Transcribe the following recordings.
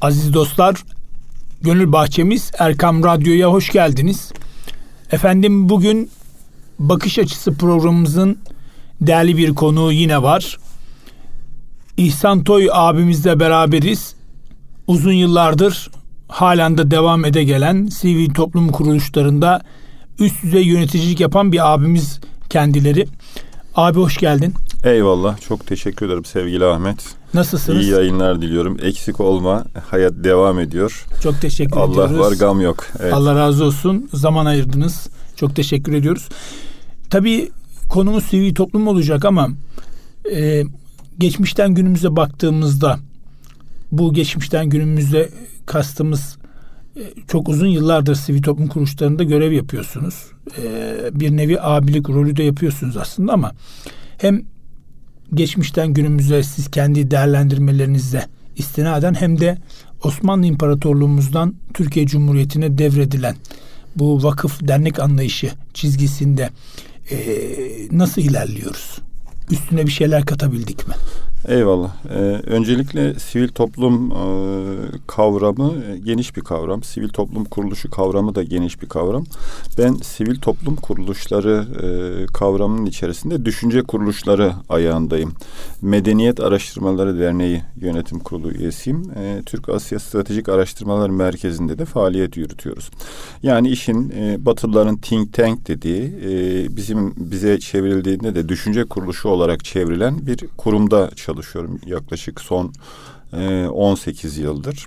Aziz dostlar, Gönül Bahçemiz Erkam Radyo'ya hoş geldiniz. Efendim, bugün Bakış Açısı programımızın değerli bir konuğu yine var. İhsan Toy abimizle beraberiz. Uzun yıllardır halen de devam ede gelen sivil toplum kuruluşlarında üst düzey yöneticilik yapan bir abimiz kendileri. Abi hoş geldin. Eyvallah. Çok teşekkür ederim sevgili Ahmet. Nasılsınız? İyi yayınlar diliyorum. Eksik olma. Hayat devam ediyor. Çok teşekkür ediyoruz. Allah var, gam yok. Evet. Allah razı olsun. Zaman ayırdınız. Çok teşekkür ediyoruz. Tabii konumuz sivil toplum olacak ama geçmişten günümüze baktığımızda, bu geçmişten günümüze kastımız çok uzun yıllardır sivil toplum kuruluşlarında görev yapıyorsunuz. Bir nevi abilik rolü de yapıyorsunuz aslında ama hem geçmişten günümüze siz kendi değerlendirmelerinizle istinaden hem de Osmanlı İmparatorluğumuzdan Türkiye Cumhuriyeti'ne devredilen bu vakıf dernek anlayışı çizgisinde nasıl ilerliyoruz? Üstüne bir şeyler katabildik mi? Eyvallah. Öncelikle sivil toplum kavramı geniş bir kavram. Sivil toplum kuruluşu kavramı da geniş bir kavram. Ben sivil toplum kuruluşları kavramının içerisinde düşünce kuruluşları ayağındayım. Medeniyet Araştırmaları Derneği Yönetim Kurulu üyesiyim. Türk Asya Stratejik Araştırmalar Merkezi'nde de faaliyet yürütüyoruz. Yani işin Batılıların think tank dediği, bize çevrildiğinde de düşünce kuruluşu olarak çevrilen bir kurumda çalışıyorum yaklaşık son 18 yıldır.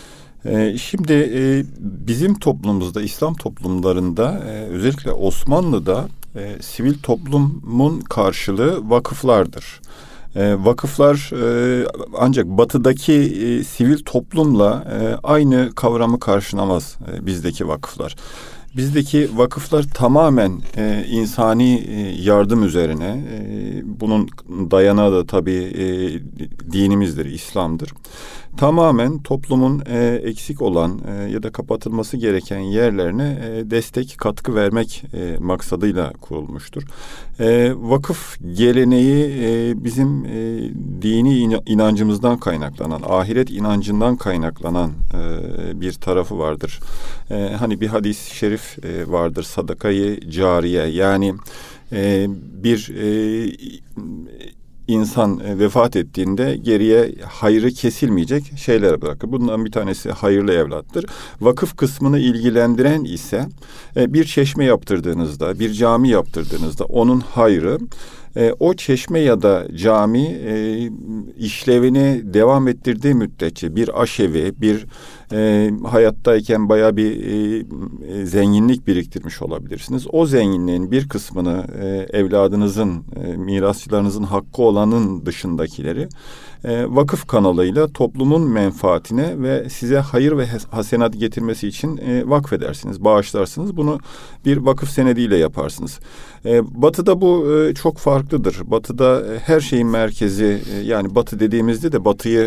Şimdi bizim toplumumuzda, İslam toplumlarında, özellikle Osmanlı'da sivil toplumun karşılığı vakıflardır. Vakıflar ancak batıdaki sivil toplumla aynı kavramı karşılamaz bizdeki vakıflar. Bizdeki vakıflar tamamen insani yardım üzerine, bunun dayanağı da tabii dinimizdir, İslam'dır. Tamamen toplumun eksik olan ya da kapatılması gereken yerlerine destek, katkı vermek maksadıyla kurulmuştur. Vakıf geleneği bizim dini inancımızdan kaynaklanan, ahiret inancından kaynaklanan bir tarafı vardır. Hani bir hadis-i şerif vardır, sadakayı cariye, yani bir insan vefat ettiğinde geriye hayrı kesilmeyecek şeyler bırakır. Bundan bir tanesi hayırlı evlattır. Vakıf kısmını ilgilendiren ise bir çeşme yaptırdığınızda, bir cami yaptırdığınızda onun hayrı, o çeşme ya da cami işlevini devam ettirdiği müddetçe bir aşevi, bir hayattayken bayağı bir zenginlik biriktirmiş olabilirsiniz. O zenginliğin bir kısmını evladınızın, mirasçılarınızın hakkı olanın dışındakileri vakıf kanalıyla toplumun menfaatine ve size hayır ve hasenat getirmesi için vakfedersiniz, bağışlarsınız. Bunu bir vakıf senediyle yaparsınız. Batı'da bu çok farklıdır. Batı'da her şeyin merkezi, yani Batı dediğimizde de Batı'yı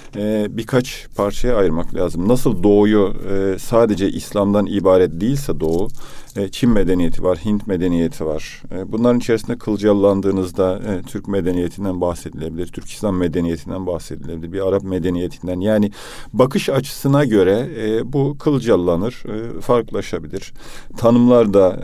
birkaç parçaya ayırmak lazım. Nasıl Doğu'yu sadece İslam'dan ibaret değilse Doğu, Çin medeniyeti var, Hint medeniyeti var. Bunların içerisinde kılcalılandığınızda Türk medeniyetinden bahsedilebilir, Türk İslam medeniyetinden bahsedilebilir, bir Arap medeniyetinden. Yani bakış açısına göre bu kılcalılanır, farklılaşabilir. Tanımlar da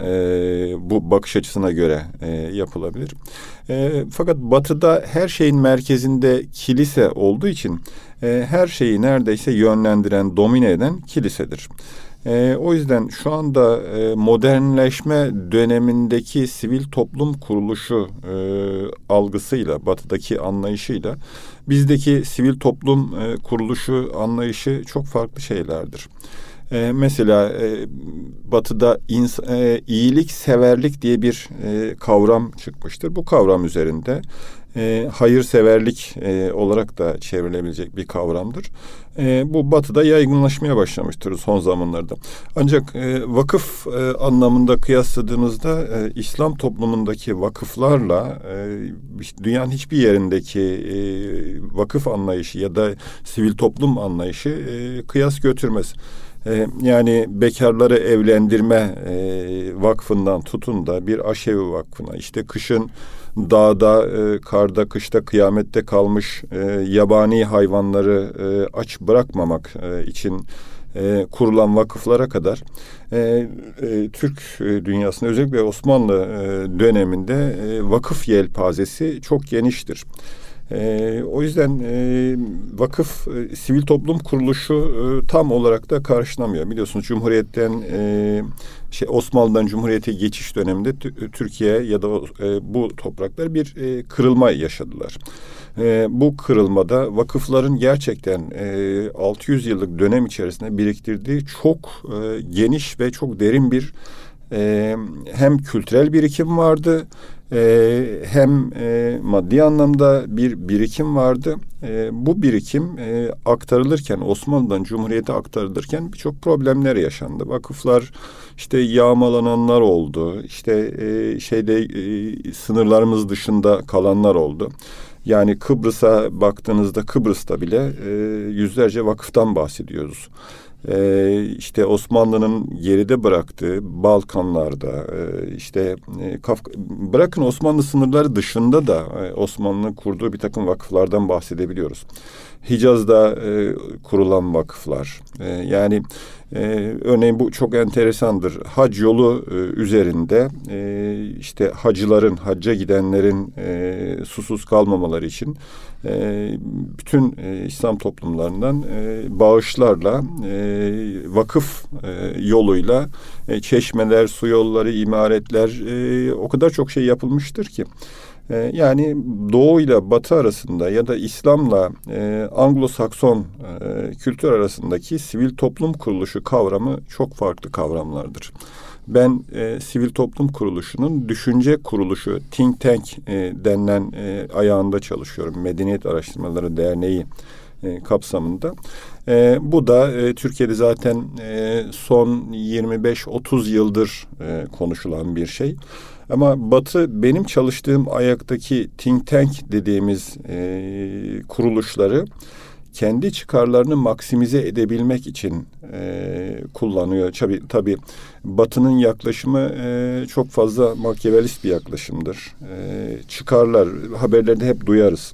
bu bakış açısına göre yapılabilir. Fakat Batı'da her şeyin merkezinde kilise olduğu için her şeyi neredeyse yönlendiren, domine eden kilisedir. O yüzden şu anda modernleşme dönemindeki sivil toplum kuruluşu algısıyla, Batı'daki anlayışıyla bizdeki sivil toplum kuruluşu anlayışı çok farklı şeylerdir. Mesela Batı'da iyilikseverlik diye bir kavram çıkmıştır. Bu kavram üzerinde hayırseverlik olarak da çevrilebilecek bir kavramdır. Bu Batı'da yaygınlaşmaya başlamıştır son zamanlarda. Ancak vakıf anlamında kıyasladığımızda İslam toplumundaki vakıflarla dünyanın hiçbir yerindeki vakıf anlayışı ya da sivil toplum anlayışı kıyas götürmez. Yani bekarları evlendirme vakfından tutun da bir aşevi vakfına, işte kışın dağda, karda, kışta, kıyamette kalmış yabani hayvanları aç bırakmamak için kurulan vakıflara kadar Türk dünyasında özellikle Osmanlı döneminde vakıf yelpazesi çok geniştir. O yüzden vakıf sivil toplum kuruluşu tam olarak da karşılamıyor. Biliyorsunuz Cumhuriyet'ten Osmanlı'dan Cumhuriyet'e geçiş döneminde Türkiye ya da bu topraklar bir kırılma yaşadılar. Bu kırılmada vakıfların gerçekten 600 yıllık dönem içerisinde biriktirdiği çok geniş ve çok derin bir hem kültürel birikim vardı, hem maddi anlamda bir birikim vardı. Bu birikim aktarılırken, Osmanlı'dan Cumhuriyet'e aktarılırken birçok problemler yaşandı. Vakıflar işte yağmalananlar oldu, işte sınırlarımız dışında kalanlar oldu. Yani Kıbrıs'a baktığınızda Kıbrıs'ta bile yüzlerce vakıftan bahsediyoruz. İşte Osmanlı'nın geride bıraktığı Balkanlarda, bırakın Osmanlı sınırları dışında da Osmanlı'nın kurduğu bir takım vakıflardan bahsedebiliyoruz. Hicaz'da kurulan vakıflar, örneğin bu çok enteresandır. Hac yolu üzerinde işte hacıların, hacca gidenlerin susuz kalmamaları için bütün İslam toplumlarından bağışlarla vakıf yoluyla çeşmeler, su yolları, imaretler o kadar çok şey yapılmıştır ki. Yani Doğu ile Batı arasında ya da İslam'la Anglo-Sakson kültür arasındaki sivil toplum kuruluşu kavramı çok farklı kavramlardır. Ben sivil toplum kuruluşunun düşünce kuruluşu, think tank denilen ayağında çalışıyorum. Medeniyet Araştırmaları Derneği kapsamında. Bu da Türkiye'de zaten son 25-30 yıldır konuşulan bir şey. Ama Batı benim çalıştığım ayaktaki think tank dediğimiz kuruluşları kendi çıkarlarını maksimize edebilmek için kullanıyor. Tabii Batı'nın yaklaşımı çok fazla makyavelist bir yaklaşımdır. Çıkarlar, haberlerde hep duyarız.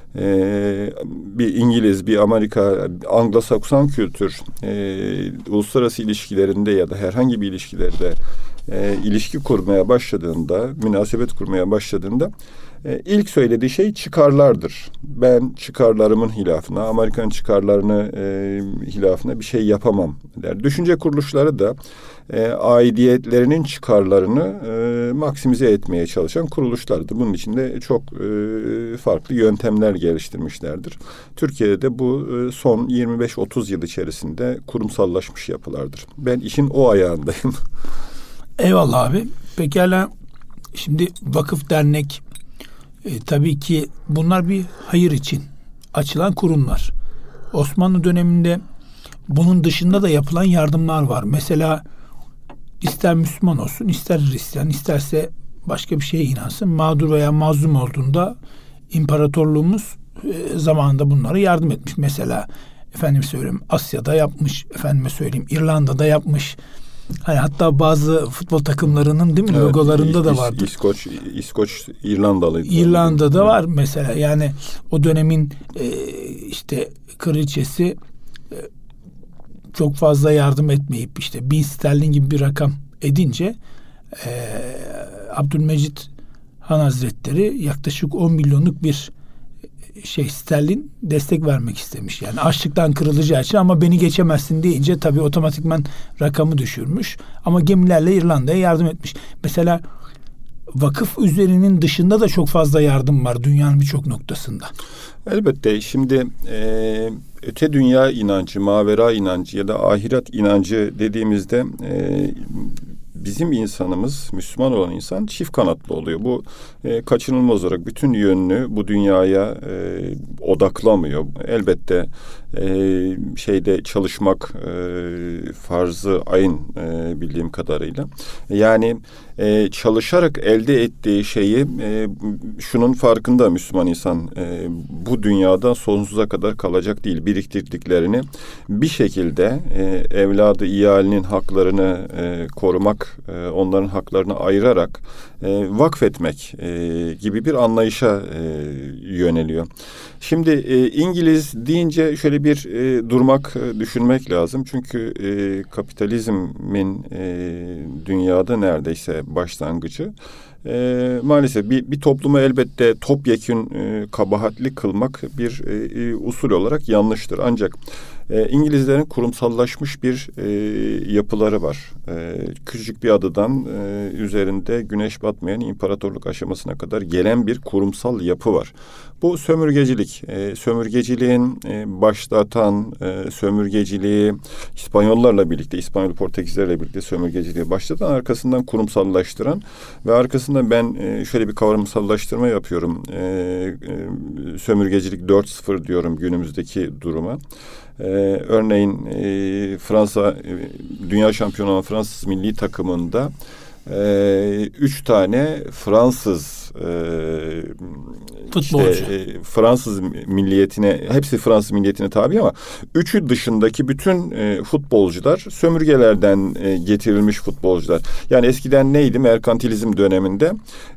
Bir İngiliz, bir Amerika, Anglo-Sakson kültür uluslararası ilişkilerinde ya da herhangi bir ilişkilerde ilişki kurmaya başladığında, münasebet kurmaya başladığında ilk söylediği şey çıkarlardır. Ben çıkarlarımın hilafına, Amerikan çıkarlarını hilafına bir şey yapamam der. Düşünce kuruluşları da aidiyetlerinin çıkarlarını maksimize etmeye çalışan kuruluşlardır. Bunun için de çok farklı yöntemler geliştirmişlerdir. Türkiye'de de bu son 25-30 yıl içerisinde kurumsallaşmış yapılardır. Ben işin o ayağındayım. Eyvallah abi. Pekala, şimdi vakıf, dernek, tabii ki bunlar bir hayır için açılan kurumlar. Osmanlı döneminde bunun dışında da yapılan yardımlar var. Mesela ister Müslüman olsun, ister Hristiyan, isterse başka bir şeye inansın, mağdur veya mazlum olduğunda imparatorluğumuz zamanında bunlara yardım etmiş. Mesela Asya'da yapmış, İrlanda'da yapmış. Hani hatta bazı futbol takımlarının değil mi logolarında da vardır. İskoç İrlandalıydı. İrlanda'da var mesela. Yani o dönemin kraliçesi çok fazla yardım etmeyip 1000 sterlin gibi bir rakam edince Abdülmecit Han Hazretleri yaklaşık 10 milyonluk bir sterlin destek vermek istemiş. Yani açlıktan kırılacağı için, ama beni geçemezsin deyince tabii otomatikman rakamı düşürmüş. Ama gemilerle İrlanda'ya yardım etmiş. Mesela vakıf üzerinin dışında da çok fazla yardım var dünyanın birçok noktasında. Elbette. Şimdi öte dünya inancı, mavera inancı ya da ahiret inancı dediğimizde bizim insanımız, Müslüman olan insan çift kanatlı oluyor. Bu kaçınılmaz olarak bütün yönünü bu dünyaya odaklamıyor. Elbette çalışmak farz-ı ayın bildiğim kadarıyla. Yani çalışarak elde ettiği şeyi şunun farkında Müslüman insan, bu dünyada sonsuza kadar kalacak değil. Biriktirdiklerini bir şekilde evladı iyalinin haklarını korumak, onların haklarını ayırarak vakfetmek gibi bir anlayışa yöneliyor. Şimdi İngiliz deyince şöyle bir durmak, düşünmek lazım. Çünkü kapitalizmin dünyada neredeyse başlangıcı. Maalesef bir toplumu elbette topyekün kabahatli kılmak bir usul olarak yanlıştır. Ancak İngilizlerin kurumsallaşmış bir yapıları var. Küçücük bir adadan üzerinde güneş batmayan imparatorluk aşamasına kadar gelen bir kurumsal yapı var. Bu sömürgecilik. Sömürgeciliğin başlatan, sömürgeciliği İspanyollarla birlikte, İspanyol Portekizlerle birlikte sömürgeciliği başlatan, arkasından kurumsallaştıran ve arkasından ben şöyle bir kavramsallaştırma yapıyorum. Sömürgecilik 4.0 diyorum günümüzdeki duruma. Örneğin Fransa dünya şampiyonu olan Fransız milli takımında 3 tane Fransız Fransız milliyetine, hepsi Fransız milliyetine tabi ama 3'ü dışındaki bütün futbolcular sömürgelerden getirilmiş futbolcular. Yani eskiden neydi? Merkantilizm döneminde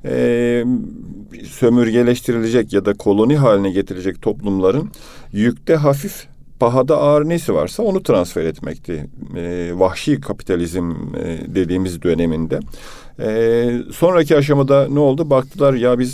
sömürgeleştirilecek ya da koloni haline getirilecek toplumların yükte hafif, pahada ağır nesi varsa onu transfer etmekti. Vahşi kapitalizm dediğimiz döneminde. Sonraki aşamada ne oldu? Baktılar ya biz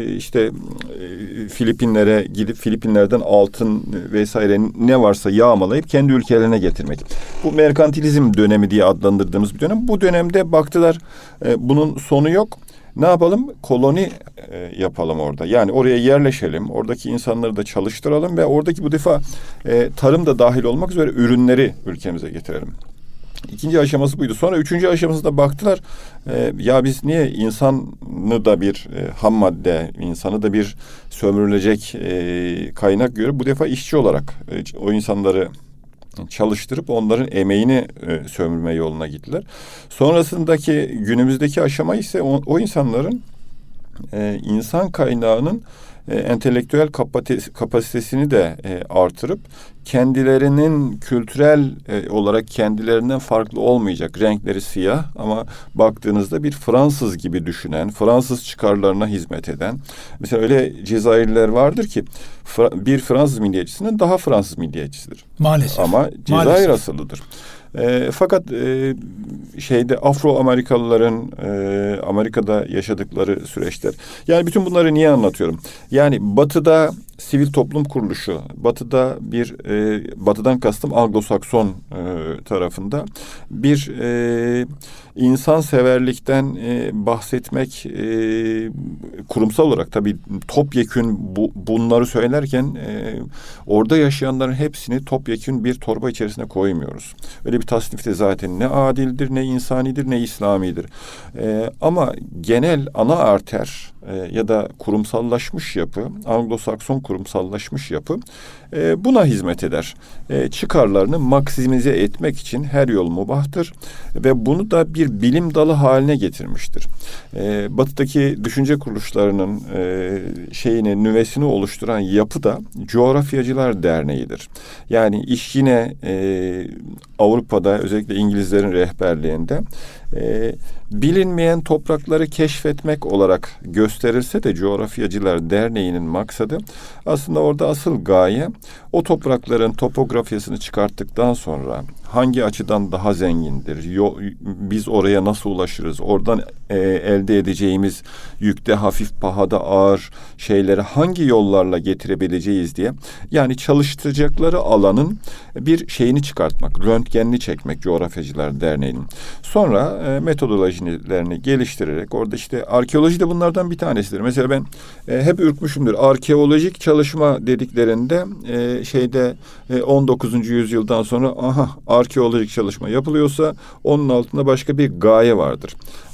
Filipinlere gidip Filipinlerden altın vesaire ne varsa yağmalayıp kendi ülkelerine getirmek. Bu merkantilizm dönemi diye adlandırdığımız bir dönem. Bu dönemde baktılar bunun sonu yok. Ne yapalım? Koloni yapalım orada. Yani oraya yerleşelim. Oradaki insanları da çalıştıralım ve oradaki bu defa tarım da dahil olmak üzere ürünleri ülkemize getirelim. İkinci aşaması buydu. Sonra üçüncü aşamasında baktılar ya biz niye insanı da bir ham madde, insanı da bir sömürülecek kaynak görüp bu defa işçi olarak o insanları çalıştırıp onların emeğini sömürme yoluna gittiler. Sonrasındaki günümüzdeki aşama ise o insanların insan kaynağının entelektüel kapasitesini de artırıp kendilerinin kültürel olarak kendilerinden farklı olmayacak, renkleri siyah ama baktığınızda bir Fransız gibi düşünen, Fransız çıkarlarına hizmet eden, mesela öyle Cezayirliler vardır ki bir Fransız milliyetçisinin daha Fransız milliyetçisidir. Maalesef. Ama Cezayir asıllıdır. Fakat Afro-Amerikalıların Amerika'da yaşadıkları süreçler. Yani bütün bunları niye anlatıyorum? Yani Batı'da sivil toplum kuruluşu, Batı'dan kastım Anglo-Sakson tarafında bir insanseverlikten bahsetmek kurumsal olarak tabii topyekün bunları söylerken orada yaşayanların hepsini topyekün bir torba içerisine koymuyoruz. Öyle bir tasnifte zaten ne adildir, ne insanidir, ne İslamidir. Ama genel ana arter ya da kurumsallaşmış yapı, Anglo-Sakson kurumsallaşmış yapı buna hizmet eder. Çıkarlarını maksimize etmek için her yol mubahtır ve bunu da bir bilim dalı haline getirmiştir. Batı'daki düşünce kuruluşlarının nüvesini oluşturan yapı da Coğrafyacılar Derneği'dir. Yani iş yine Avrupa'da özellikle İngilizlerin rehberliğinde bilinmeyen toprakları keşfetmek olarak gösterilse de Coğrafyacılar Derneği'nin maksadı aslında orada asıl gaye o toprakların topografyasını çıkarttıktan sonra hangi açıdan daha zengindir, biz oraya nasıl ulaşırız, oradan elde edeceğimiz yükte hafif, pahada ağır şeyleri hangi yollarla getirebileceğiz diye, yani çalıştıracakları alanın bir şeyini çıkartmak, röntgenini çekmek Coğrafyacılar Derneği'nin. Sonra metodolojilerini geliştirerek orada arkeoloji de bunlardan bir tanesidir. Mesela ben hep ürkmüşümdür. Arkeolojik çalışma dediklerinde 19. yüzyıldan sonra arkeolojik çalışma yapılıyorsa onun altında başka bir gaye vardır.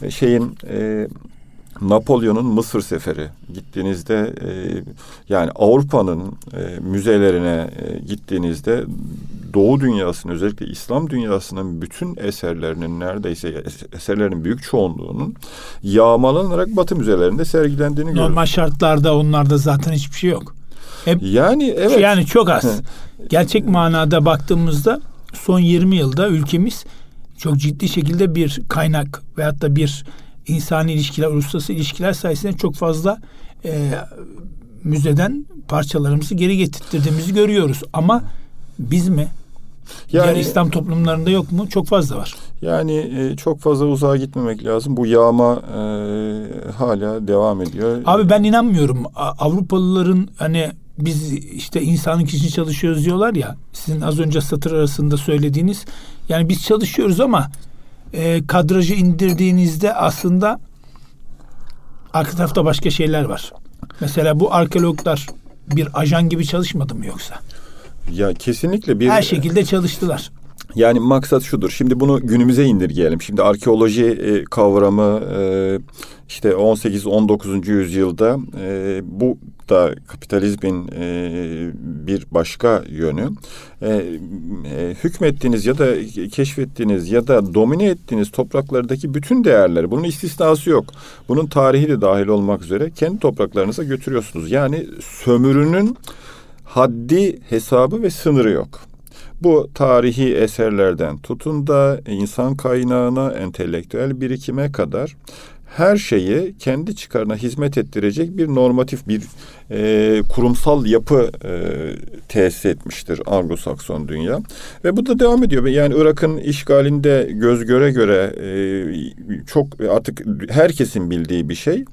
Napolyon'un Mısır seferi gittiğinizde yani Avrupa'nın müzelerine gittiğinizde Doğu dünyasının, özellikle İslam dünyasının bütün eserlerinin neredeyse eserlerin büyük çoğunluğunun yağmalanarak Batı müzelerinde sergilendiğini görüyoruz. Normal şartlarda onlarda zaten hiçbir şey yok. Evet. Yani çok az. Gerçek manada baktığımızda son 20 yılda ülkemiz çok ciddi şekilde bir kaynak veyahut da bir insani ilişkiler, uluslararası ilişkiler sayesinde çok fazla müzeden parçalarımızı geri getirttirdiğimizi görüyoruz. Ama biz mi? Yani diğer İslam toplumlarında yok mu? Çok fazla var. Yani çok fazla uzağa gitmemek lazım. Bu yağma hala devam ediyor. Abi ben inanmıyorum. Avrupalıların hani biz işte insanlık için çalışıyoruz diyorlar ya. Sizin az önce satır arasında söylediğiniz. Yani biz çalışıyoruz ama kadrajı indirdiğinizde aslında arka tarafta başka şeyler var. Mesela bu arkeologlar bir ajan gibi çalışmadı mı yoksa? Ya kesinlikle her şekilde çalıştılar. Yani maksat şudur. Şimdi bunu günümüze indirgeyelim. Şimdi arkeoloji kavramı işte 18-19. yüzyılda bu da kapitalizmin bir başka yönü. Hükmettiğiniz ya da keşfettiğiniz ya da domine ettiğiniz topraklardaki bütün değerleri, bunun istisnası yok. Bunun tarihi de dahil olmak üzere kendi topraklarınıza götürüyorsunuz. Yani sömürünün haddi, hesabı ve sınırı yok. Bu tarihi eserlerden tutun da insan kaynağına, entelektüel birikime kadar her şeyi kendi çıkarına hizmet ettirecek bir normatif, bir kurumsal yapı tesis etmiştir Anglo-Sakson dünya. Ve bu da devam ediyor. Yani Irak'ın işgalinde göz göre göre çok artık herkesin bildiği bir şey.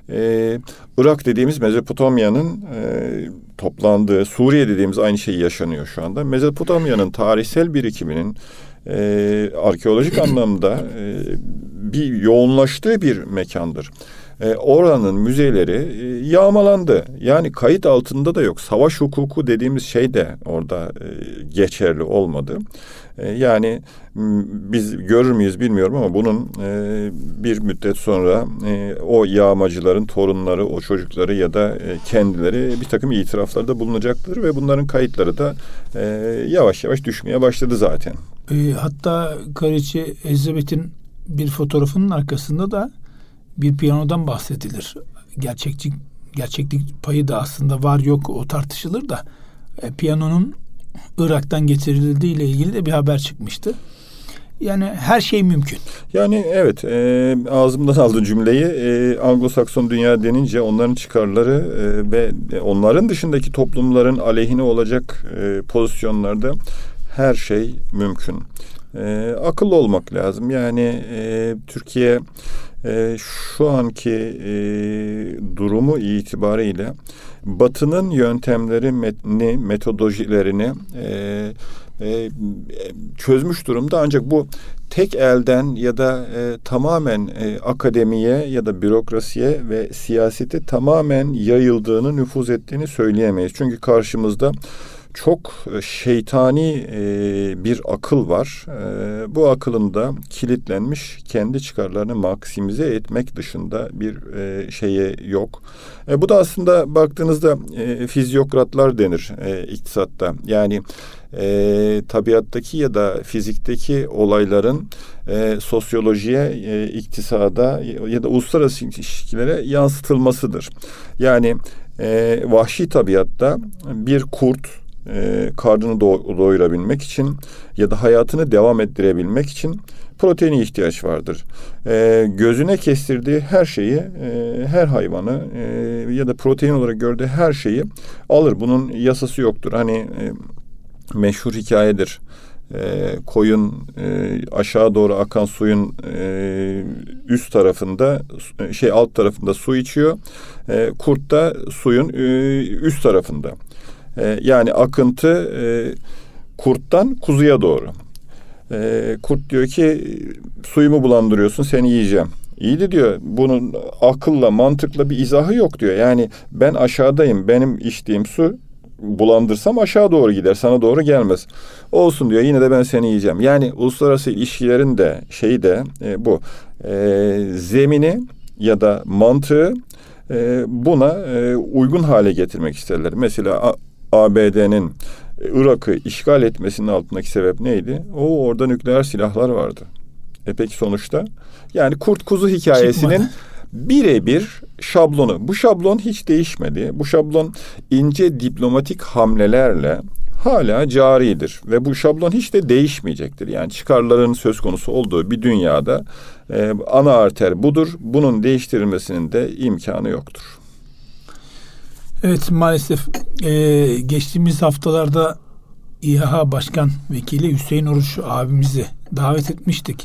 Irak dediğimiz Mezopotamya'nın toplandığı, Suriye dediğimiz aynı şey yaşanıyor şu anda. Mezopotamya'nın tarihsel birikiminin arkeolojik anlamda bir yoğunlaştığı bir mekandır. Oranın müzeleri yağmalandı. Yani kayıt altında da yok. Savaş hukuku dediğimiz şey de orada geçerli olmadı. Yani biz görür müyüz bilmiyorum ama bunun bir müddet sonra o yağmacıların torunları, o çocukları ya da kendileri bir takım itiraflarda bulunacaktır ve bunların kayıtları da yavaş yavaş düşmeye başladı zaten. Hatta Kraliçe Elizabeth'in bir fotoğrafının arkasında da bir piyanodan bahsedilir. Gerçeklik payı da aslında var yok o tartışılır da piyanonun Irak'tan getirildiği ile ilgili de bir haber çıkmıştı. Yani her şey mümkün. Yani evet, ağzımdan aldığın cümleyi Anglo-Sakson dünya denince onların çıkarları ve onların dışındaki toplumların aleyhine olacak pozisyonlarda her şey mümkün. Akıllı olmak lazım. Yani Türkiye şu anki durumu itibariyle Batı'nın yöntemleri, metodolojilerini çözmüş durumda. Ancak bu tek elden ya da tamamen akademiye ya da bürokrasiye ve siyasete tamamen yayıldığını, nüfuz ettiğini söyleyemeyiz. Çünkü karşımızda çok şeytani bir akıl var. Bu akılın da kilitlenmiş, kendi çıkarlarını maksimize etmek dışında bir şeye yok. Bu da aslında baktığınızda fizyokratlar denir iktisatta. Yani tabiattaki ya da fizikteki olayların sosyolojiye, iktisada ya da uluslararası ilişkilere yansıtılmasıdır. Yani vahşi tabiatta bir kurt karnını doyurabilmek için ya da hayatını devam ettirebilmek için proteine ihtiyaç vardır. Gözüne kestirdiği her şeyi, her hayvanı ya da protein olarak gördüğü her şeyi alır. Bunun yasası yoktur. Hani meşhur hikayedir. Koyun aşağı doğru akan suyun üst tarafında alt tarafında su içiyor. Kurt da suyun üst tarafında. Yani akıntı kurttan kuzuya doğru. Kurt diyor ki suyumu bulandırıyorsun, seni yiyeceğim. İyi de diyor bunun akılla, mantıkla bir izahı yok diyor. Yani ben aşağıdayım, benim içtiğim su bulandırsam aşağı doğru gider, sana doğru gelmez. Olsun diyor, yine de ben seni yiyeceğim. Yani uluslararası ilişkilerin de şeyi de bu. Zemini ya da mantığı buna uygun hale getirmek isterler. Mesela ABD'nin Irak'ı işgal etmesinin altındaki sebep neydi? Orada nükleer silahlar vardı. Peki sonuçta? Yani kurt kuzu hikayesinin birebir şablonu. Bu şablon hiç değişmedi. Bu şablon ince diplomatik hamlelerle hala caridir ve bu şablon hiç de değişmeyecektir. Yani çıkarların söz konusu olduğu bir dünyada ana arter budur. Bunun değiştirilmesinin de imkanı yoktur. Evet, maalesef geçtiğimiz haftalarda İHA Başkan Vekili Hüseyin Oruç abimizi davet etmiştik.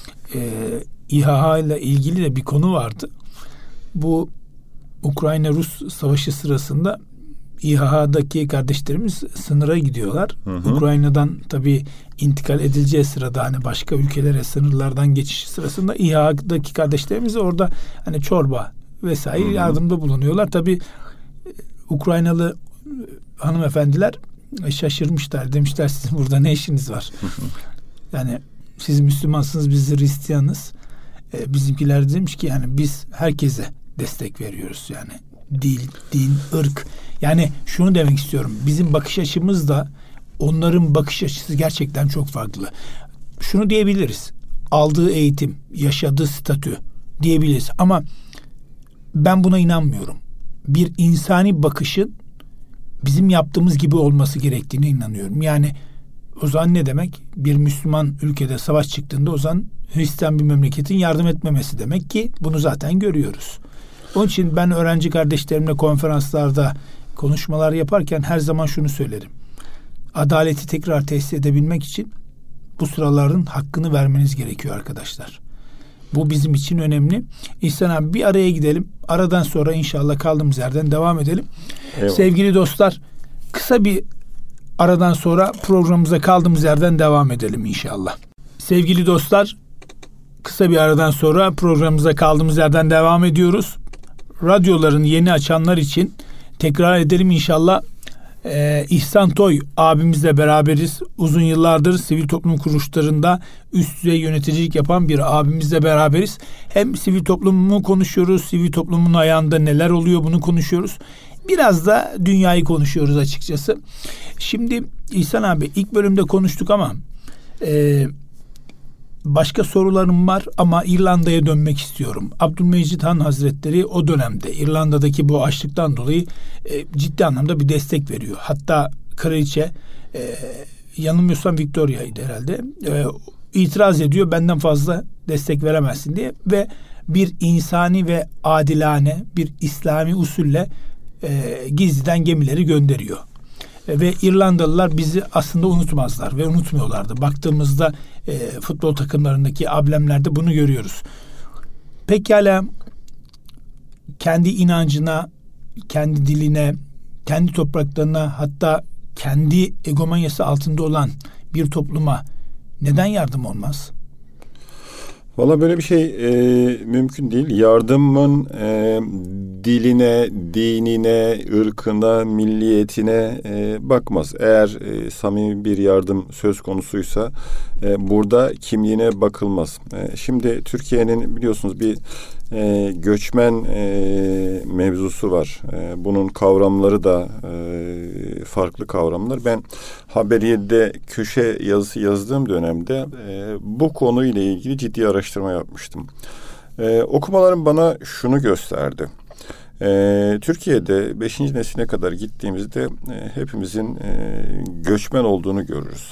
İHA ile ilgili de bir konu vardı. Bu Ukrayna-Rus savaşı sırasında İHA'daki kardeşlerimiz sınıra gidiyorlar. Ukrayna'dan tabii intikal edileceği sırada, hani başka ülkelere sınırlardan geçiş sırasında İHA'daki kardeşlerimiz orada hani çorba vesaire yardımda bulunuyorlar. Tabii Ukraynalı hanımefendiler şaşırmışlar. Demişler, sizin burada ne işiniz var? Yani siz Müslümansınız, biz Hristiyanız. Bizimkiler demiş ki yani biz herkese destek veriyoruz. Yani dil, din, ırk. Yani şunu demek istiyorum. Bizim bakış açımızla onların bakış açısı gerçekten çok farklı. Şunu diyebiliriz. Aldığı eğitim, yaşadığı statü diyebiliriz. Ama ben buna inanmıyorum. Bir insani bakışın bizim yaptığımız gibi olması gerektiğine inanıyorum. Yani o zaman ne demek? Bir Müslüman ülkede savaş çıktığında o zaman Hristiyan bir memleketin yardım etmemesi demek ki bunu zaten görüyoruz. Onun için ben öğrenci kardeşlerimle konferanslarda konuşmalar yaparken her zaman şunu söylerim. Adaleti tekrar tesis edebilmek için bu sıraların hakkını vermeniz gerekiyor arkadaşlar. Bu bizim için önemli. İhsan abi, bir araya gidelim. Aradan sonra inşallah kaldığımız yerden devam edelim. Eyvallah. Sevgili dostlar, kısa bir aradan sonra programımıza kaldığımız yerden devam edelim inşallah. Sevgili dostlar, kısa bir aradan sonra programımıza kaldığımız yerden devam ediyoruz. Radyoların yeni açanlar için tekrar edelim inşallah. İhsan Toy abimizle beraberiz. Uzun yıllardır sivil toplum kuruluşlarında üst düzey yöneticilik yapan bir abimizle beraberiz. Hem sivil toplumu konuşuyoruz, sivil toplumun ayağında neler oluyor bunu konuşuyoruz. Biraz da dünyayı konuşuyoruz açıkçası. Şimdi İhsan abi, ilk bölümde konuştuk ama başka sorularım var ama İrlanda'ya dönmek istiyorum. Abdülmecid Han Hazretleri o dönemde İrlanda'daki bu açlıktan dolayı ciddi anlamda bir destek veriyor. Hatta kraliçe, yanılmıyorsam Victoria'ydı herhalde, itiraz ediyor, benden fazla destek veremezsin diye ve bir insani ve adilane bir İslami usulle gizliden gemileri gönderiyor. Ve İrlandalılar bizi aslında unutmazlar ve unutmuyorlardı. Baktığımızda futbol takımlarındaki amblemlerde bunu görüyoruz. Pekala, kendi inancına, kendi diline, kendi topraklarına, hatta kendi egomanyası altında olan bir topluma neden yardım olmaz? Valla böyle bir şey mümkün değil. Yardımın diline, dinine, ırkına, milliyetine bakmaz. Eğer samimi bir yardım söz konusuysa burada kimliğine bakılmaz. Şimdi Türkiye'nin biliyorsunuz bir göçmen mevzusu var. Bunun kavramları da farklı kavramlar. Ben Haberiye'de köşe yazısı yazdığım dönemde bu konuyla ilgili ciddi araştırma yapmıştım. Okumalarım bana şunu gösterdi. Türkiye'de 5. nesline kadar gittiğimizde hepimizin göçmen olduğunu görürüz.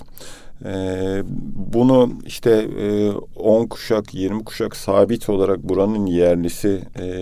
Bunu işte 10 kuşak, 20 kuşak sabit olarak buranın yerlisi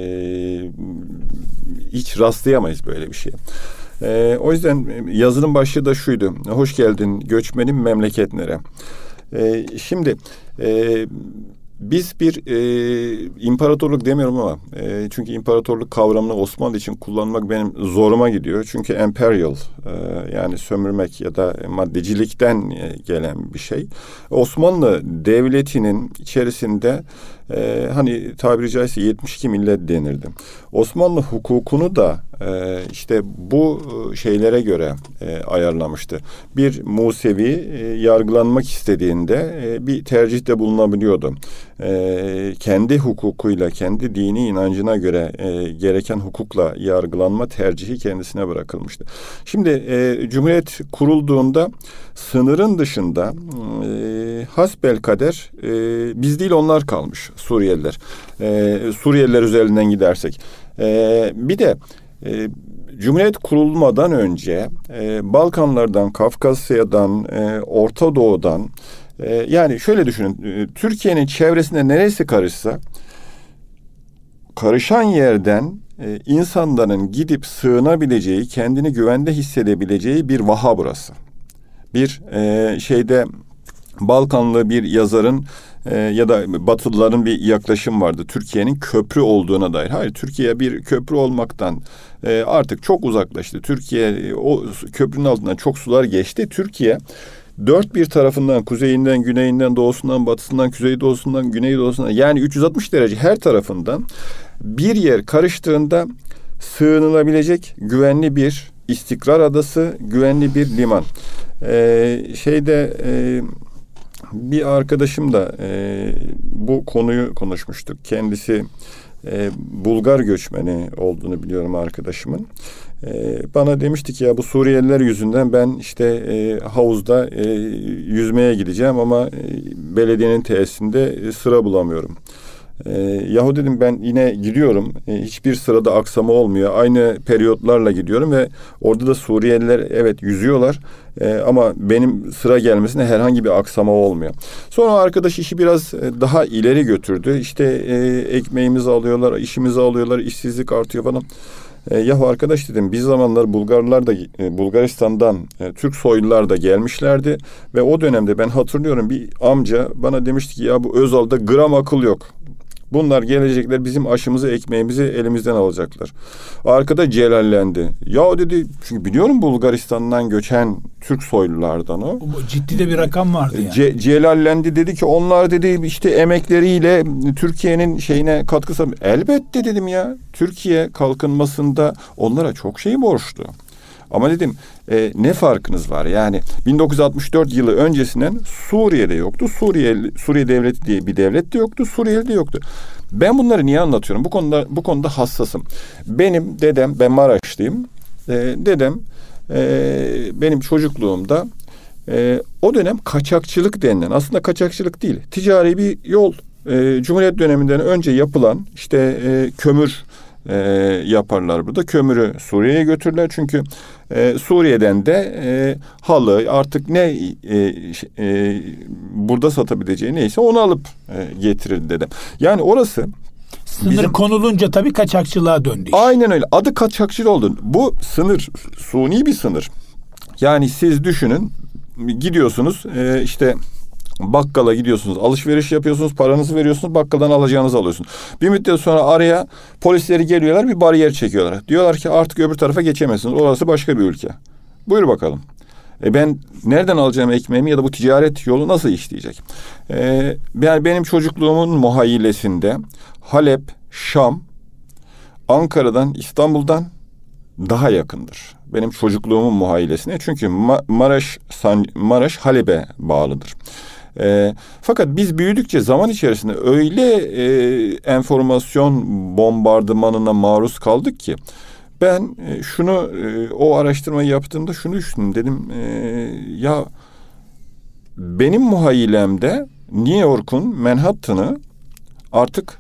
hiç rastlayamayız böyle bir şeye. O yüzden yazının başlığı da şuydu: hoş geldin göçmenin memleketine. Şimdi biz bir imparatorluk demiyorum ama çünkü imparatorluk kavramını Osmanlı için kullanmak benim zoruma gidiyor. Çünkü imperial yani sömürmek ya da maddecilikten gelen bir şey. Osmanlı Devleti'nin içerisinde hani tabiri caizse 72 millet denirdi. Osmanlı hukukunu da işte bu şeylere göre ayarlamıştı. Bir Musevi yargılanmak istediğinde bir tercihte bulunabiliyordu. Kendi hukukuyla, kendi dini inancına göre gereken hukukla yargılanma tercihi kendisine bırakılmıştı. Şimdi Cumhuriyet kurulduğunda sınırın dışında hasbelkader biz değil onlar kalmış, Suriyeliler. Suriyeliler üzerinden gidersek. Bir de Cumhuriyet kurulmadan önce Balkanlardan, Kafkasya'dan, Orta Doğu'dan, yani şöyle düşünün, Türkiye'nin çevresinde neresi karışsa, karışan yerden insanların gidip sığınabileceği, kendini güvende hissedebileceği bir vaha burası. Bir Balkanlı bir yazarın ya da Batılıların bir yaklaşım vardı. Türkiye'nin köprü olduğuna dair. Hayır, Türkiye bir köprü olmaktan artık çok uzaklaştı. Türkiye o köprünün altından çok sular geçti. Türkiye dört bir tarafından, kuzeyinden, güneyinden, doğusundan, batısından, kuzeydoğusundan, güneydoğusundan, yani 360 derece her tarafından bir yer karıştığında sığınılabilecek güvenli bir istikrar adası, güvenli bir liman. Bir arkadaşım da bu konuyu konuşmuştuk. Kendisi Bulgar göçmeni olduğunu biliyorum arkadaşımın. Bana demişti ki ya bu Suriyeliler yüzünden ben havuzda yüzmeye gideceğim ama belediyenin tesisinde sıra bulamıyorum. Yahu dedim, ben yine gidiyorum. Hiçbir sırada aksama olmuyor. Aynı periyotlarla gidiyorum ve orada da Suriyeliler evet yüzüyorlar. Ama benim sıra gelmesine herhangi bir aksama olmuyor. Sonra arkadaş işi biraz daha ileri götürdü. Ekmeğimizi alıyorlar, işimizi alıyorlar, işsizlik artıyor falan. Yahu arkadaş dedim, bir zamanlar Bulgarlar da Bulgaristan'dan Türk soylular da gelmişlerdi ve o dönemde ben hatırlıyorum, bir amca bana demişti ki ya bu Özal'da gram akıl yok. Bunlar gelecekler, bizim aşımızı, ekmeğimizi elimizden alacaklar. Arkada celallendi. Ya dedi, çünkü biliyorum Bulgaristan'dan göçen Türk soylulardan o. Ciddi de bir rakam vardı yani. Celallendi, dedi ki onlar dedi emekleriyle Türkiye'nin katkısı. Elbette dedim ya, Türkiye kalkınmasında onlara çok şey borçlu. Ama dedim ne farkınız var? Yani 1964 yılı öncesinden Suriye'de yoktu. Suriye devleti diye bir devlet de yoktu. Suriye'de yoktu. Ben bunları niye anlatıyorum? Bu konuda hassasım. Benim dedem, ben Maraşlıyım. Dedem benim çocukluğumda o dönem kaçakçılık denilen, aslında kaçakçılık değil, ticari bir yol. Cumhuriyet döneminden önce yapılan kömür yaparlar burada. Kömürü Suriye'ye götürürler. Çünkü Suriye'den de halı artık burada satabileceği neyse onu alıp getirir dedem. Yani orası sınır konulunca tabii kaçakçılığa döndü. Aynen öyle. Adı kaçakçılık oldu. Bu sınır suni bir sınır. Yani siz düşünün, gidiyorsunuz bakkala gidiyorsunuz, alışveriş yapıyorsunuz, paranızı veriyorsunuz, bakkaldan alacağınızı alıyorsunuz. Bir müddet sonra araya polisleri geliyorlar, bir bariyer çekiyorlar. Diyorlar ki artık öbür tarafa geçemezsiniz. Orası başka bir ülke. Buyur bakalım. Ben nereden alacağım ekmeğimi ya da bu ticaret yolu nasıl işleyecek? Benim çocukluğumun muhayyilesinde Halep, Şam, Ankara'dan, İstanbul'dan daha yakındır. Benim çocukluğumun muhayyilesine. Çünkü Maraş Halep'e bağlıdır. Fakat biz büyüdükçe zaman içerisinde öyle enformasyon bombardımanına maruz kaldık ki ben o araştırmayı yaptığımda şunu düşündüm. Dedim ya benim muhayyilemde New York'un Manhattan'ı artık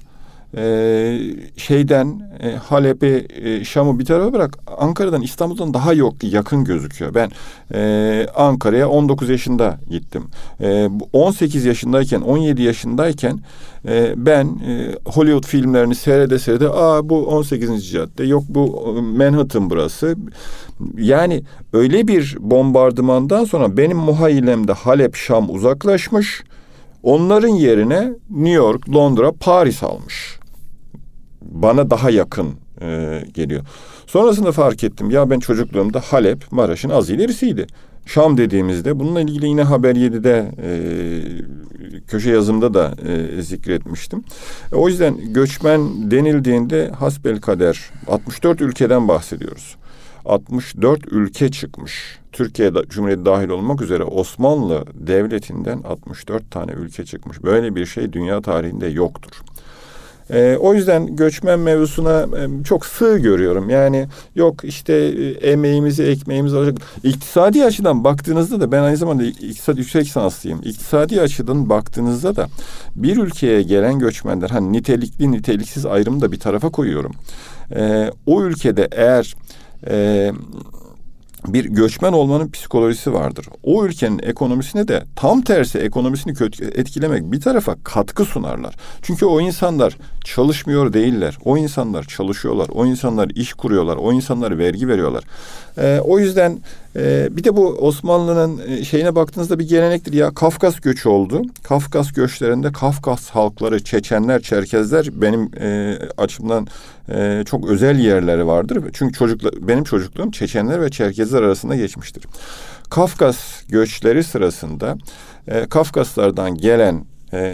Halep'i, Şam'ı bir tarafa bırak, Ankara'dan, İstanbul'dan daha yakın gözüküyor. Ben Ankara'ya 19 yaşında gittim. 18 yaşındayken, 17 yaşındayken ben Hollywood filmlerini seyrede bu 18. cadde, yok bu Manhattan burası. Yani öyle bir bombardımandan sonra benim muhayyilemde Halep, Şam uzaklaşmış. Onların yerine New York, Londra, Paris almış. Bana daha yakın geliyor. Sonrasında fark ettim. Ya ben çocukluğumda Halep, Maraş'ın az ilerisiydi. Şam dediğimizde bununla ilgili yine Haber 7'de köşe yazımda da zikretmiştim. O yüzden göçmen denildiğinde hasbelkader 64 ülkeden bahsediyoruz. 64 ülke çıkmış. Türkiye Cumhuriyeti dahil olmak üzere Osmanlı Devleti'nden 64 tane ülke çıkmış. Böyle bir şey dünya tarihinde yoktur. O yüzden göçmen mevzusuna çok sığ görüyorum. Yani yok emeğimizi, ekmeğimizi alacak. İktisadi açıdan baktığınızda da, ben aynı zamanda iktisat yüksek lisanslıyım. İktisadi açıdan baktığınızda da bir ülkeye gelen göçmenler, nitelikli niteliksiz ayrımı da bir tarafa koyuyorum. O ülkede eğer bir göçmen olmanın psikolojisi vardır. O ülkenin ekonomisine de tam tersi ekonomisini kötü etkilemek bir tarafa katkı sunarlar. Çünkü o insanlar çalışmıyor değiller. O insanlar çalışıyorlar. O insanlar iş kuruyorlar. O insanlar vergi veriyorlar. O yüzden bir de bu Osmanlı'nın şeyine baktığınızda bir gelenektir ya, Kafkas göçü oldu. Kafkas göçlerinde Kafkas halkları, Çeçenler, Çerkezler benim açımdan çok özel yerleri vardır. Çünkü benim çocukluğum Çeçenler ve Çerkezler arasında geçmiştir. Kafkas göçleri sırasında Kafkaslardan gelen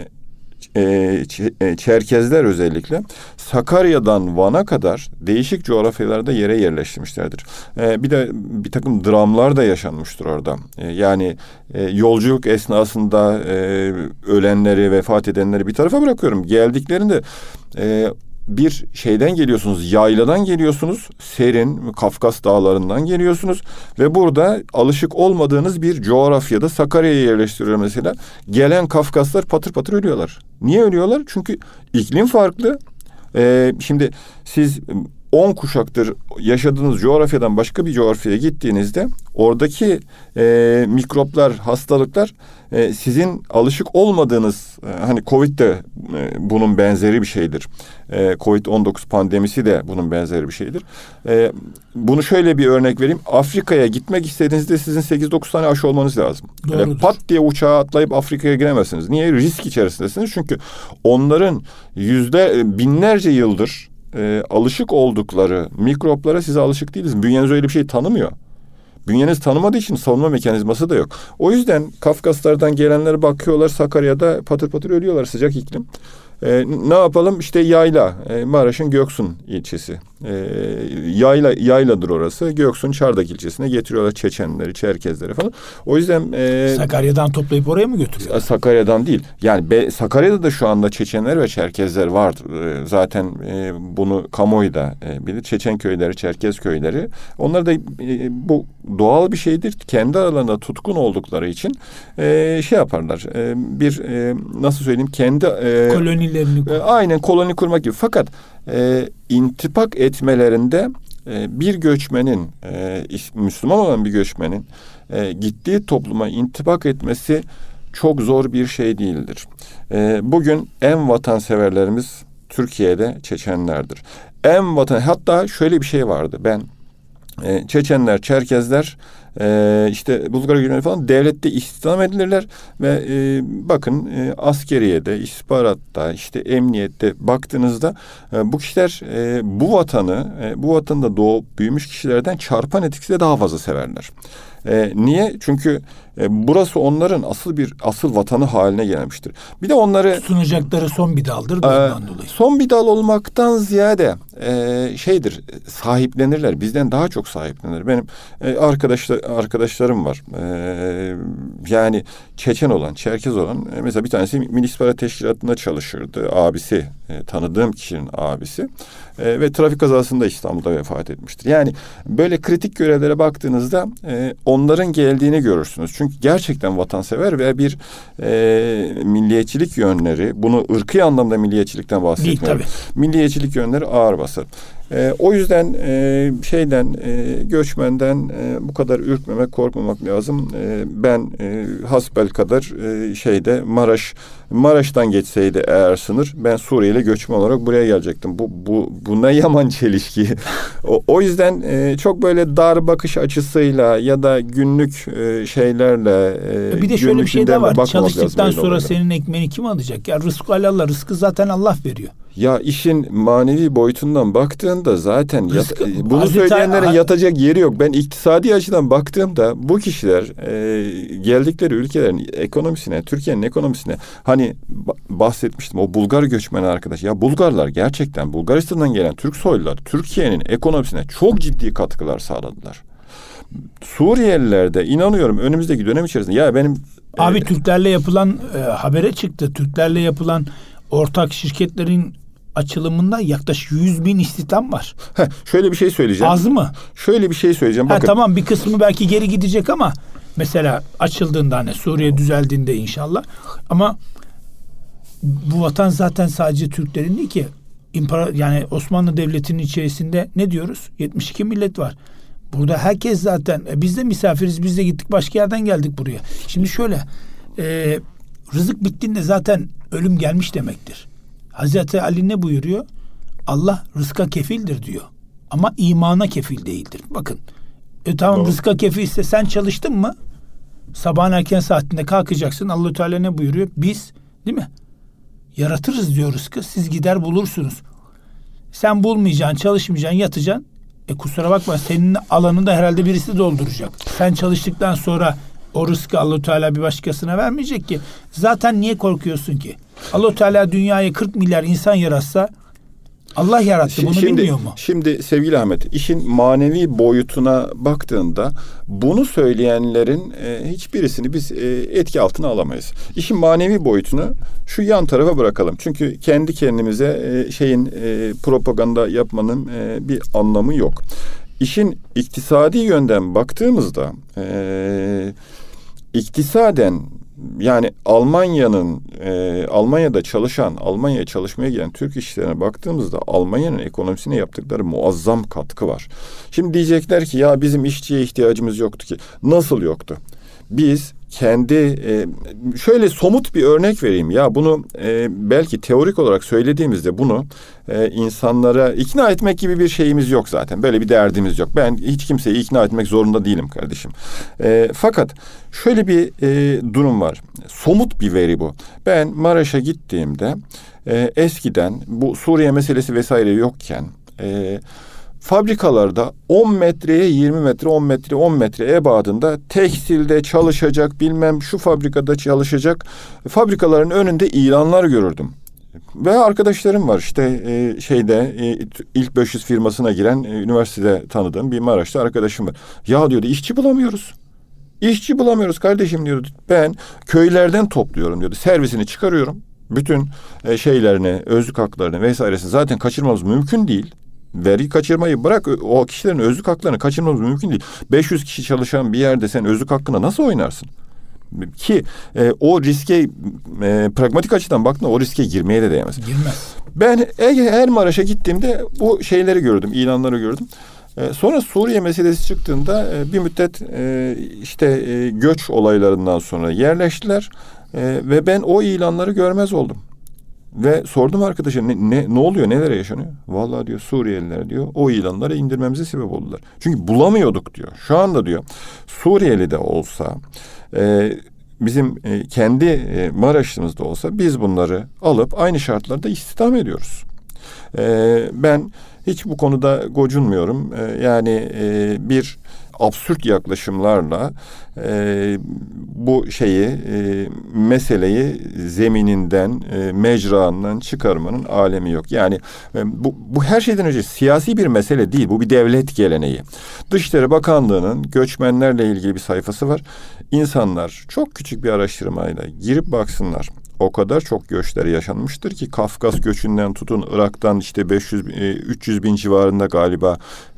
Çerkezler özellikle Sakarya'dan Van'a kadar değişik coğrafyalarda yere yerleştirmişlerdir. Bir de bir takım dramlar da yaşanmıştır orada. Yani yolculuk esnasında ölenleri, vefat edenleri bir tarafa bırakıyorum. Geldiklerinde bir şeyden geliyorsunuz, yayladan geliyorsunuz, serin Kafkas dağlarından geliyorsunuz ve burada alışık olmadığınız bir coğrafyada Sakarya'ya yerleştiriyor mesela. Gelen Kafkaslar patır patır ölüyorlar. Niye ölüyorlar? Çünkü iklim farklı. Şimdi siz 10 kuşaktır yaşadığınız coğrafyadan başka bir coğrafyaya gittiğinizde oradaki mikroplar, hastalıklar sizin alışık olmadığınız, hani Covid de bunun benzeri bir şeydir. Covid-19 pandemisi de bunun benzeri bir şeydir. Bunu şöyle bir örnek vereyim. Afrika'ya gitmek istediğinizde sizin 8-9 tane aşı olmanız lazım. Pat diye uçağa atlayıp Afrika'ya giremezsiniz. Niye? Risk içerisindesiniz. Çünkü onların binlerce yıldır alışık oldukları mikroplara size alışık değiliz. Bünyeniz öyle bir şey tanımıyor. Bünyeniz tanımadığı için savunma mekanizması da yok. O yüzden Kafkaslardan gelenlere bakıyorlar, Sakarya'da patır patır ölüyorlar, sıcak iklim. Ne yapalım? İşte yayla, Maraş'ın Göksun ilçesi. Yayladır orası. Göksun Çardak ilçesine getiriyorlar Çeçenleri, Çerkezleri falan. O yüzden Sakarya'dan toplayıp oraya mı götürüyorlar? Sakarya'dan değil. Yani Sakarya'da da şu anda Çeçenler ve Çerkezler var. Zaten bunu kamuoyu da bilir. Çeçen köyleri, Çerkez köyleri. Onlar da bu doğal bir şeydir. Kendi aralarında tutkun oldukları için şey yaparlar. Nasıl söyleyeyim? Kendi kolonilerini aynen koloni kurmak gibi. Fakat intipak etmelerinde bir göçmenin, Müslüman olan bir göçmenin gittiği topluma intipak etmesi çok zor bir şey değildir. Bugün en vatanseverlerimiz Türkiye'de Çeçenlerdir. Hatta şöyle bir şey vardı. Çeçenler, Çerkezler, işte Bulgar göçmenleri falan devlette istihdam edilirler ve bakın askeriyede, istihbaratta, işte emniyette baktığınızda bu kişiler bu vatanda doğup büyümüş kişilerden çarpan etkisiyle daha fazla severler. Niye? Çünkü burası onların asıl vatanı haline gelmiştir. Bir de onları sunacakları son bir daldır da ondan dolayı. Son bir dal olmaktan ziyade sahiplenirler. Bizden daha çok sahiplenir. Benim arkadaşlarım var. Yani Çeçen olan, Çerkez olan, mesela bir tanesi Milli İstihbarat Teşkilatı'nda çalışırdı. Abisi, tanıdığım kişinin abisi. Ve trafik kazasında İstanbul'da vefat etmiştir. Yani böyle kritik görevlere baktığınızda onların geldiğini görürsünüz. Çünkü gerçekten vatansever ve bir milliyetçilik yönleri, bunu ırkî anlamda milliyetçilikten bahsetmiyorum. Milliyetçilik yönleri ağır basar. O yüzden göçmenden bu kadar ürkmemek, korkmamak lazım. Ben hasbelkader Maraş'tan geçseydi eğer sınır, ben Suriyeli göçmen olarak buraya gelecektim. Bu ne yaman çelişki. O yüzden çok böyle dar bakış açısıyla ya da günlük şeylerle bir de şöyle bir şey de var. Çalıştıktan sonra olaylara. Senin ekmeğini kim alacak? Ya rızkı Allah, rızkı zaten Allah veriyor. Ya işin manevi boyutundan baktığında zaten bunu söyleyenlerin yatacak yeri yok. Ben iktisadi açıdan baktığımda bu kişiler geldikleri ülkelerin ekonomisine, Türkiye'nin ekonomisine, hani bahsetmiştim o Bulgar göçmeni arkadaş. Ya Bulgarlar gerçekten Bulgaristan'dan gelen Türk soylular Türkiye'nin ekonomisine çok ciddi katkılar sağladılar. Suriyeliler de inanıyorum önümüzdeki dönem içerisinde Türklerle yapılan habere çıktı. Türklerle yapılan ortak şirketlerin açılımında yaklaşık 100.000 istihdam var. Şöyle bir şey söyleyeceğim. Az mı? Şöyle bir şey söyleyeceğim. Bakın. Tamam, bir kısmı belki geri gidecek ama mesela açıldığında, hani Suriye düzeldiğinde inşallah, ama bu vatan zaten sadece Türklerin değil ki. Yani Osmanlı Devleti'nin içerisinde ne diyoruz? 72 millet var. Burada herkes zaten biz de misafiriz, biz de gittik başka yerden geldik buraya. Şimdi şöyle rızık bittiğinde zaten ölüm gelmiş demektir. Hazreti Ali ne buyuruyor? Allah rızka kefildir diyor. Ama imana kefil değildir. Bakın tamam doğru. Rızka kefilse sen çalıştın mı? Sabahın erken saatinde kalkacaksın. Allah-u Teala ne buyuruyor? Biz değil mi? Yaratırız diyor rızkı. Siz gider bulursunuz. Sen bulmayacaksın, çalışmayacaksın, yatacaksın. Kusura bakma senin alanında herhalde birisi dolduracak. Sen çalıştıktan sonra o rızkı Allah-u Teala bir başkasına vermeyecek ki. Zaten niye korkuyorsun ki? Allah-u Teala dünyaya 40 milyar insan yaratsa Allah yarattı. Bunu bilmiyor mu? Şimdi sevgili Ahmet, işin manevi boyutuna baktığında bunu söyleyenlerin hiçbirisini biz etki altına alamayız. İşin manevi boyutunu şu yan tarafa bırakalım. Çünkü kendi kendimize propaganda yapmanın bir anlamı yok. İşin iktisadi yönden baktığımızda iktisaden yani Almanya'da çalışan, Almanya'ya çalışmaya gelen Türk işçilerine baktığımızda Almanya'nın ekonomisine yaptıkları muazzam katkı var. Şimdi diyecekler ki ya bizim işçiye ihtiyacımız yoktu ki. Nasıl yoktu? Biz şöyle somut bir örnek vereyim. Ya bunu belki teorik olarak söylediğimizde bunu insanlara ikna etmek gibi bir şeyimiz yok zaten. Böyle bir derdimiz yok. Ben hiç kimseyi ikna etmek zorunda değilim kardeşim. Fakat şöyle bir durum var. Somut bir veri bu. Ben Maraş'a gittiğimde eskiden bu Suriye meselesi vesaire yokken fabrikalarda 10 metreye 20 metre, 10 metre, 10 metre ebadında tekstilde çalışacak, bilmem şu fabrikada çalışacak fabrikaların önünde ilanlar görürdüm. Ve arkadaşlarım var işte ilk 500 firmasına giren üniversitede tanıdığım bir Maraş'ta arkadaşım var. Ya diyordu işçi bulamıyoruz. İşçi bulamıyoruz kardeşim diyordu. Ben köylerden topluyorum diyordu. Servisini çıkarıyorum. Bütün şeylerini, özlük haklarını vesairesini zaten kaçırmamız mümkün değil. Vergi kaçırmayı bırak, o kişilerin özlük haklarını kaçırmamız mümkün değil. 500 kişi çalışan bir yerde sen özlük hakkına nasıl oynarsın? Ki o riske pragmatik açıdan baktığında o riske girmeye de değmez. Girmez. Ben her Maraş'a gittiğimde bu şeyleri gördüm, ilanları gördüm. Sonra Suriye meselesi çıktığında bir müddet göç olaylarından sonra yerleştiler ve ben o ilanları görmez oldum. Ve sordum arkadaşa ne oluyor, neler yaşanıyor? Vallahi diyor Suriyeliler diyor o ilanları indirmemize sebep oldular. Çünkü bulamıyorduk diyor. Şu anda diyor Suriyeli de olsa bizim kendi Maraş'ımızda olsa biz bunları alıp aynı şartlarda istihdam ediyoruz. Ben hiç bu konuda gocunmuyorum. Bir absürt yaklaşımlarla bu meseleyi zemininden, mecraından çıkarmanın alemi yok. Yani bu her şeyden önce siyasi bir mesele değil. Bu bir devlet geleneği. Dışişleri Bakanlığı'nın göçmenlerle ilgili bir sayfası var. İnsanlar çok küçük bir araştırmayla girip baksınlar. O kadar çok göçler yaşanmıştır ki Kafkas göçünden tutun Irak'tan 300 bin civarında galiba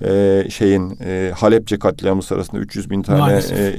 Halepçe katliamı sırasında 300 bin tane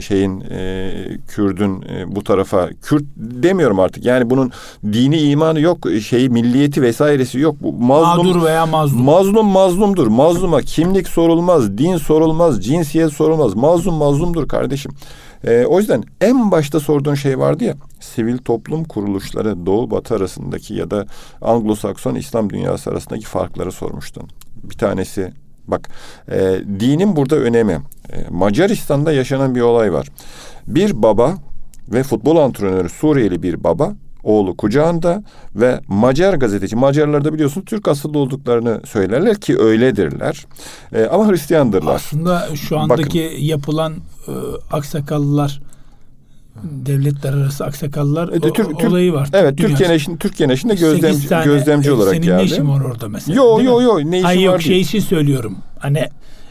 Kürdün bu tarafa Kürt demiyorum artık. Yani bunun dini imanı yok, milliyeti vesairesi yok. Bu mağdur veya mazlum. Mazlumdur. Mazluma kimlik sorulmaz, din sorulmaz, cinsiyet sorulmaz. Mazlumdur kardeşim. O yüzden en başta sorduğun şey vardı ya, sivil toplum kuruluşları Doğu Batı arasındaki ya da Anglo-Sakson İslam dünyası arasındaki farkları sormuştun. Bir tanesi bak dinin burada önemi. Macaristan'da yaşanan bir olay var. Bir baba ve futbol antrenörü Suriyeli bir baba, oğlu kucağında ve Macar gazeteci. Macarlar da biliyorsun Türk asıllı olduklarını söylerler ki öyledirler. Ama Hristiyandırlar. Aslında şu andaki yapılan aksakallılar, devletler arası aksakallılar olayı var. Evet, Türkiye Neşi'nde gözlemci olarak geldi. Senin ne işin var orada mesela? Yok ne işin var? Yok için söylüyorum. Hani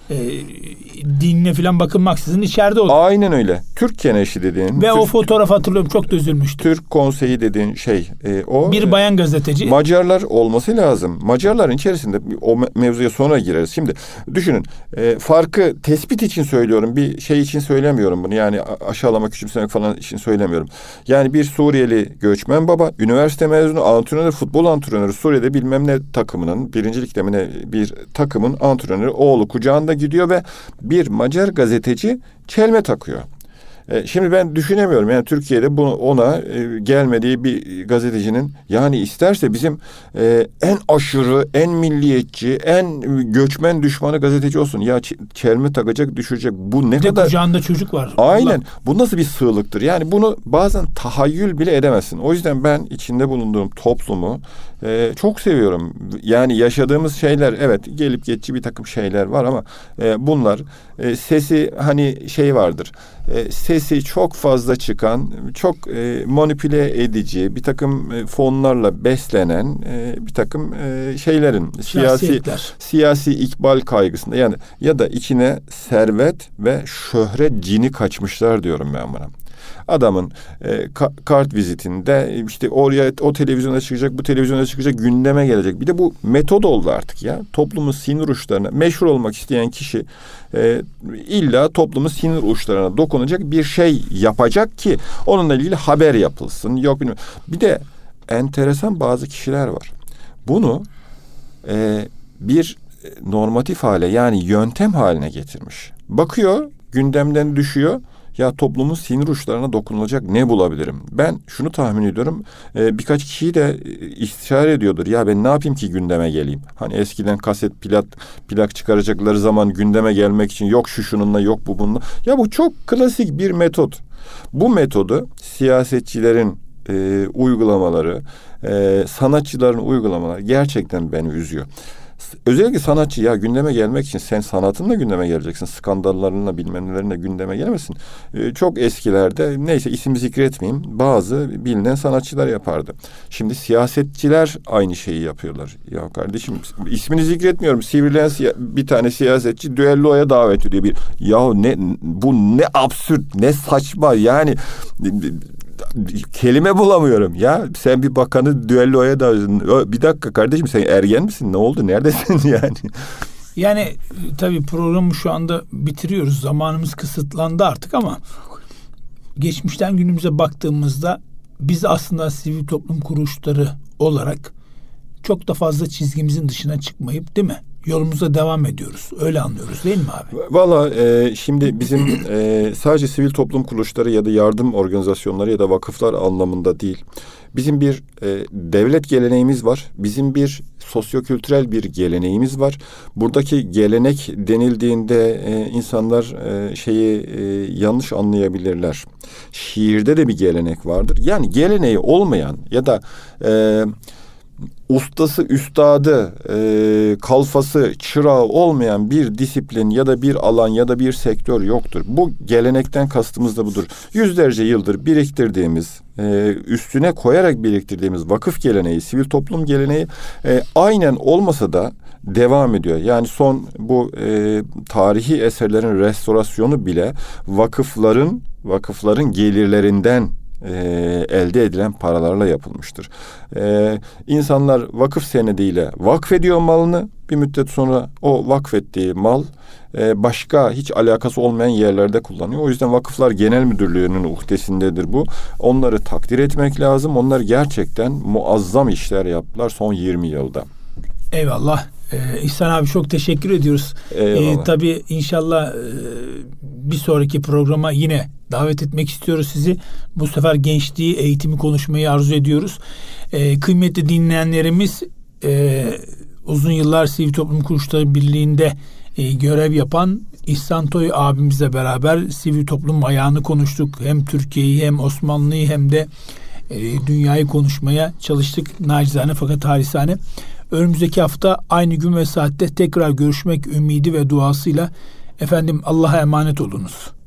dinine falan bakılmaksızın içeride oldu. Aynen öyle. Türkiye Neşi dediğin. Ve o fotoğraf hatırlıyorum, çok da üzülmüştüm. Türk Konseyi dediğin o. Bir bayan gazeteci. Macarlar olması lazım. Macarların içerisinde o mevzuya sonra gireriz. Şimdi düşünün. Farkı tespit için söylüyorum. Bir şey için söylemiyorum bunu. Yani aşağılama, küçümsemek falan için söylemiyorum. Yani bir Suriyeli göçmen baba, üniversite mezunu, antrenör, futbol antrenörü, Suriye'de bilmem ne takımının, birincilik demine bir takımın antrenörü, oğlu kucağında gidiyor ve bir Macar gazeteci çelme takıyor. Şimdi ben düşünemiyorum yani Türkiye'de ona gelmediği bir gazetecinin, yani isterse bizim en aşırı, en milliyetçi, en göçmen düşmanı gazeteci olsun. Ya çelme takacak, düşürecek. Bu ne kadar... kucağında çocuk var. Aynen. Allah. Bu nasıl bir sığlıktır? Yani bunu bazen tahayyül bile edemezsin. O yüzden ben içinde bulunduğum toplumu çok seviyorum. Yani yaşadığımız şeyler, evet, gelip geçici bir takım şeyler var ama bunlar sesi hani şey vardır. Sesi çok fazla çıkan, çok manipüle edici, bir takım fonlarla beslenen bir takım şeylerin siyasi ikbal kaygısında, yani ya da içine servet ve şöhret cini kaçmışlar diyorum ben buna. Adamın kart vizitinde işte oraya, o televizyona çıkacak, bu televizyona çıkacak, gündeme gelecek. Bir de bu metod oldu artık ya. Toplumun sinir uçlarına, meşhur olmak isteyen kişi illa toplumun sinir uçlarına dokunacak bir şey yapacak ki onunla ilgili haber yapılsın. Yok bilmiyorum. Bir de enteresan bazı kişiler var. Bunu bir normatif hale, yani yöntem haline getirmiş. Bakıyor, gündemden düşüyor. Ya toplumun sinir uçlarına dokunulacak ne bulabilirim? Ben şunu tahmin ediyorum. Birkaç kişiyi de istişare ediyordur. Ya ben ne yapayım ki gündeme geleyim? Hani eskiden kaset plak çıkaracakları zaman gündeme gelmek için yok şu şununla, yok bu bununla. Ya bu çok klasik bir metot. Bu metodu siyasetçilerin uygulamaları, sanatçıların uygulamaları gerçekten beni üzüyor. Özellikle sanatçı, ya gündeme gelmek için sen sanatınla gündeme geleceksin. Skandallarınla, bilmem nelerinle gündeme gelemezsin. Çok eskilerde, neyse isim zikretmeyeyim, bazı bilinen sanatçılar yapardı. Şimdi siyasetçiler aynı şeyi yapıyorlar. Ya kardeşim, ismini zikretmiyorum. Sivrilen bir tane siyasetçi düelloya davet ediyor. Bu ne absürt, ne saçma yani. Kelime bulamıyorum ya. Sen bir bakanı düelloya da, bir dakika kardeşim, sen ergen misin? Ne oldu? Neredesin yani? Yani tabii programı şu anda bitiriyoruz. Zamanımız kısıtlandı artık ama geçmişten günümüze baktığımızda biz aslında sivil toplum kuruluşları olarak çok da fazla çizgimizin dışına çıkmayıp, değil mi, yolumuza devam ediyoruz. Öyle anlıyoruz değil mi abi? Valla şimdi bizim sadece sivil toplum kuruluşları ya da yardım organizasyonları ya da vakıflar anlamında değil. Bizim bir devlet geleneğimiz var. Bizim bir sosyokültürel bir geleneğimiz var. Buradaki gelenek denildiğinde insanlar şeyi yanlış anlayabilirler. Şiirde de bir gelenek vardır. Yani geleneği olmayan ya da ustası, üstadı, kalfası, çırağı olmayan bir disiplin ya da bir alan ya da bir sektör yoktur. Bu gelenekten kastımız da budur. Yüzlerce yıldır biriktirdiğimiz, üstüne koyarak biriktirdiğimiz vakıf geleneği, sivil toplum geleneği aynen olmasa da devam ediyor. Yani son bu tarihi eserlerin restorasyonu bile vakıfların gelirlerinden elde edilen paralarla yapılmıştır. İnsanlar vakıf senediyle vakfediyor malını, bir müddet sonra o vakfettiği mal başka hiç alakası olmayan yerlerde kullanıyor. O yüzden Vakıflar Genel Müdürlüğü'nün uhdesindedir bu. Onları takdir etmek lazım. Onlar gerçekten muazzam işler yaptılar son 20 yılda. Eyvallah. İhsan abi çok teşekkür ediyoruz. Tabii inşallah bir sonraki programa yine davet etmek istiyoruz sizi. Bu sefer gençliği, eğitimi konuşmayı arzu ediyoruz. Kıymetli dinleyenlerimiz, uzun yıllar Sivil Toplum Kuruluşları Birliği'nde görev yapan İhsan Toy abimizle beraber sivil toplum ayağını konuştuk. Hem Türkiye'yi hem Osmanlı'yı hem de dünyayı konuşmaya çalıştık. Nacizane fakat halisane. Önümüzdeki hafta aynı gün ve saatte tekrar görüşmek ümidi ve duasıyla efendim Allah'a emanet olunuz.